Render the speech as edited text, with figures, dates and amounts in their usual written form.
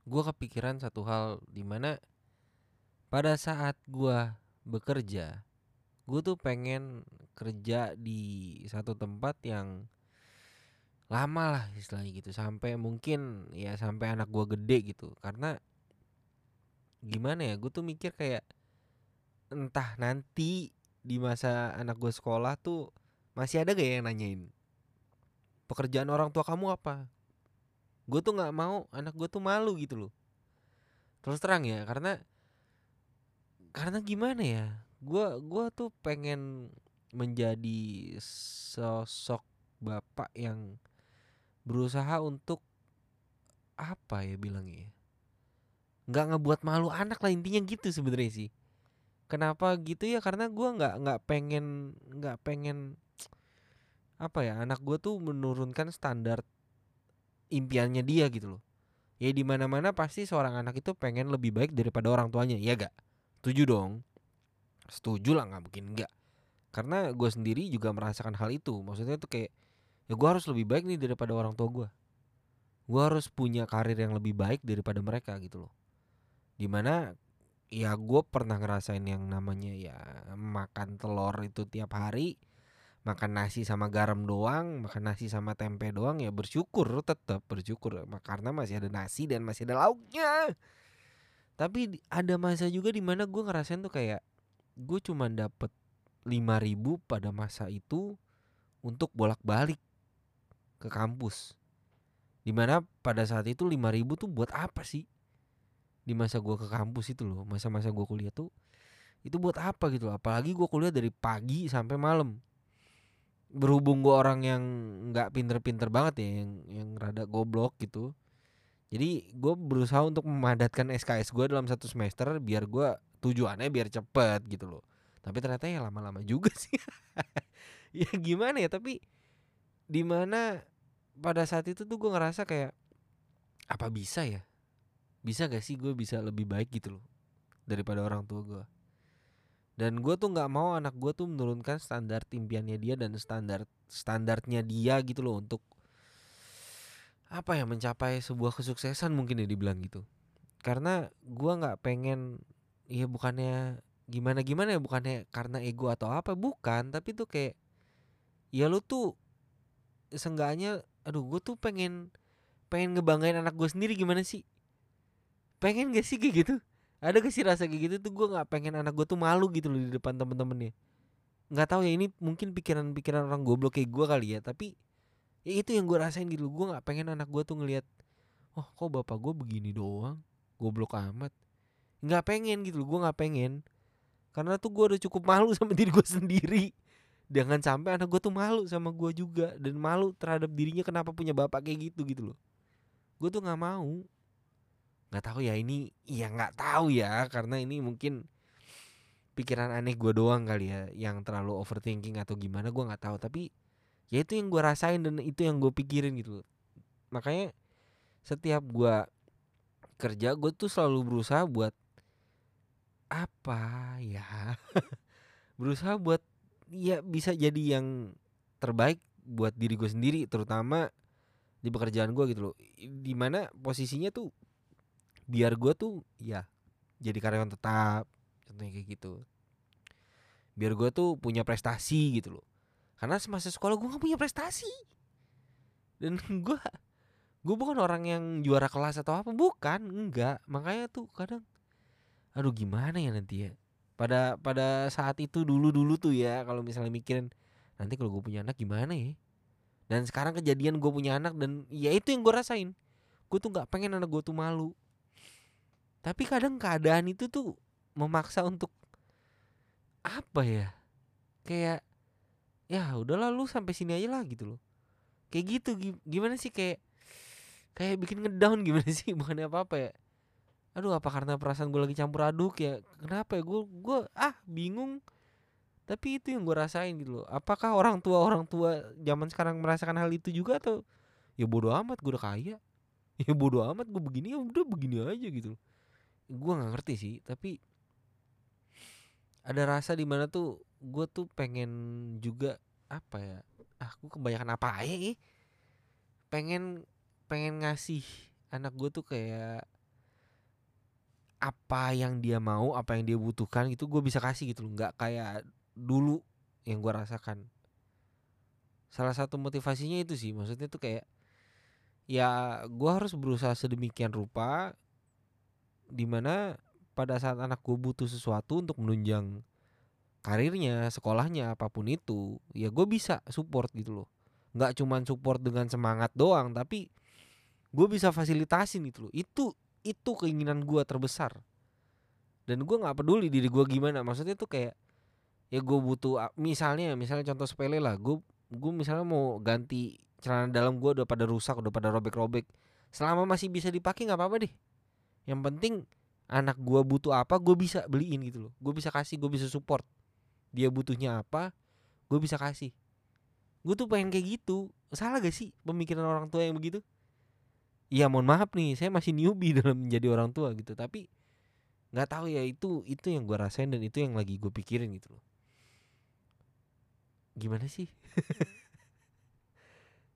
gue kepikiran satu hal dimana pada saat gue bekerja, gue tuh pengen kerja di satu tempat yang lama lah istilahnya gitu, sampai mungkin ya sampai anak gue gede gitu. Karena gimana ya, gue tuh mikir kayak entah nanti di masa anak gue sekolah tuh masih ada gak yang nanyain pekerjaan orang tua kamu apa. Gue tuh nggak mau anak gue tuh malu gitu loh, terus terang ya. Karena gimana ya, gua tuh pengen menjadi sosok bapak yang berusaha untuk apa ya bilangnya ya, nggak ngebuat malu anak lah, intinya gitu sebenarnya sih. Kenapa gitu ya, karena gua nggak pengen apa ya, anak gua tuh menurunkan standar impiannya dia gitu loh. Ya di mana mana pasti seorang anak itu pengen lebih baik daripada orang tuanya, ya gak? Setuju dong. Setuju lah, nggak mungkin enggak. Karena gue sendiri juga merasakan hal itu. Maksudnya tuh kayak, ya gue harus lebih baik nih daripada orang tua gue. Gue harus punya karir yang lebih baik daripada mereka gitu loh. Dimana ya gue pernah ngerasain yang namanya ya makan telur itu tiap hari, makan nasi sama garam doang, makan nasi sama tempe doang, ya bersyukur, tetap bersyukur karena masih ada nasi dan masih ada lauknya. Tapi ada masa juga dimana gue ngerasain tuh kayak gue cuma dapet 5.000 pada masa itu untuk bolak-balik ke kampus. Dimana pada saat itu 5.000 tuh buat apa sih? Di masa gue ke kampus itu loh, masa-masa gue kuliah tuh, itu buat apa gitu loh. Apalagi gue kuliah dari pagi sampai malam. Berhubung gue orang yang nggak pinter-pinter banget ya, yang rada goblok gitu. Jadi gue berusaha untuk memadatkan SKS gue dalam satu semester biar gue tujuannya biar cepet gitu loh. Tapi ternyata ya lama-lama juga sih. Ya gimana ya, tapi dimana pada saat itu tuh gue ngerasa kayak, apa bisa ya, bisa gak sih gue bisa lebih baik gitu loh daripada orang tua gue. Dan gue tuh nggak mau anak gue tuh menurunkan standar impiannya dia dan standarnya dia gitu loh, untuk apa ya, mencapai sebuah kesuksesan mungkin ya dibilang gitu. Karena gue nggak pengen, ya bukannya gimana gimana ya, bukannya karena ego atau apa, bukan, tapi tuh kayak ya lu tuh seenggaknya, aduh gue tuh pengen pengen ngebanggain anak gue sendiri, gimana sih, pengen gak sih kayak gitu? Ada gak sih rasa kayak gitu tuh, gue nggak pengen anak gue tuh malu gitu loh di depan temen-temennya. Nggak tahu ya, ini mungkin pikiran-pikiran orang goblok kayak gue kali ya, tapi ya itu yang gue rasain gitu. Gue nggak pengen anak gue tuh ngelihat, oh kok bapak gue begini doang, goblok amat. Nggak pengen gitu loh, gue nggak pengen. Karena tuh gue udah cukup malu sama diri gue sendiri. Jangan sampai anak gue tuh malu sama gue juga, dan malu terhadap dirinya kenapa punya bapak kayak gitu gitu loh. Gue tuh nggak mau. Nggak tahu ya, ini ya nggak tahu ya, karena ini mungkin pikiran aneh gue doang kali ya, yang terlalu overthinking atau gimana gue nggak tahu. Tapi ya itu yang gue rasain dan itu yang gue pikirin gitu. Makanya setiap gue kerja, gue tuh selalu berusaha buat apa ya, berusaha buat ya bisa jadi yang terbaik buat diri gue sendiri, terutama di pekerjaan gue gitu loh. Dimana posisinya tuh biar gue tuh ya jadi karyawan tetap, contohnya kayak gitu. Biar gue tuh punya prestasi gitu loh. Karena semasa sekolah gue gak punya prestasi. Dan gue bukan orang yang juara kelas atau apa, bukan, enggak. Makanya tuh kadang, aduh gimana ya nanti ya. Pada saat itu dulu tuh ya, kalau misalnya mikirin nanti kalau gue punya anak gimana ya. Dan sekarang kejadian gue punya anak, dan ya itu yang gue rasain. Gue tuh nggak pengen anak gue tuh malu. Tapi kadang keadaan itu tuh memaksa untuk apa ya? Kayak ya udahlah, lu sampai sini aja lah gitu loh. Kayak gitu, gimana sih, kayak kayak bikin ngedown gimana sih, bukannya apa apa ya. Aduh, apa karena perasaan gue lagi campur aduk ya, kenapa ya, gue bingung. Tapi itu yang gue rasain gitu loh. Apakah orang tua zaman sekarang merasakan hal itu juga, atau ya bodoh amat gue udah kaya, ya bodoh amat gue begini, ya udah begini aja gitu loh. Gue nggak ngerti sih, tapi ada rasa di mana tuh gue tuh pengen juga apa ya, gue kebanyakan apa ya, pengen pengen ngasih anak gue tuh kayak apa yang dia mau, apa yang dia butuhkan gitu gue bisa kasih gitu loh. Nggak kayak dulu yang gue rasakan. Salah satu motivasinya itu sih, maksudnya tuh kayak ya gue harus berusaha sedemikian rupa dimana pada saat anak gue butuh sesuatu untuk menunjang karirnya, sekolahnya, apapun itu, ya gue bisa support gitu loh. Nggak cuman support dengan semangat doang, tapi gue bisa fasilitasin gitu loh. Itu keinginan gue terbesar. Dan gue nggak peduli diri gue gimana. Maksudnya tuh kayak ya gue butuh misalnya contoh sepele lah. Gue misalnya mau ganti celana dalam gue udah pada rusak, udah pada robek-robek. Selama masih bisa dipakai nggak apa-apa deh. Yang penting anak gue butuh apa, gue bisa beliin gitu loh. Gue bisa kasih, gue bisa support. Dia butuhnya apa, gue bisa kasih. Gue tuh pengen kayak gitu. Salah gak sih pemikiran orang tua yang begitu? Iya mohon maaf nih, saya masih newbie dalam menjadi orang tua gitu. Tapi nggak tahu ya, itu yang gue rasain dan itu yang lagi gue pikirin gitu loh. Gimana sih?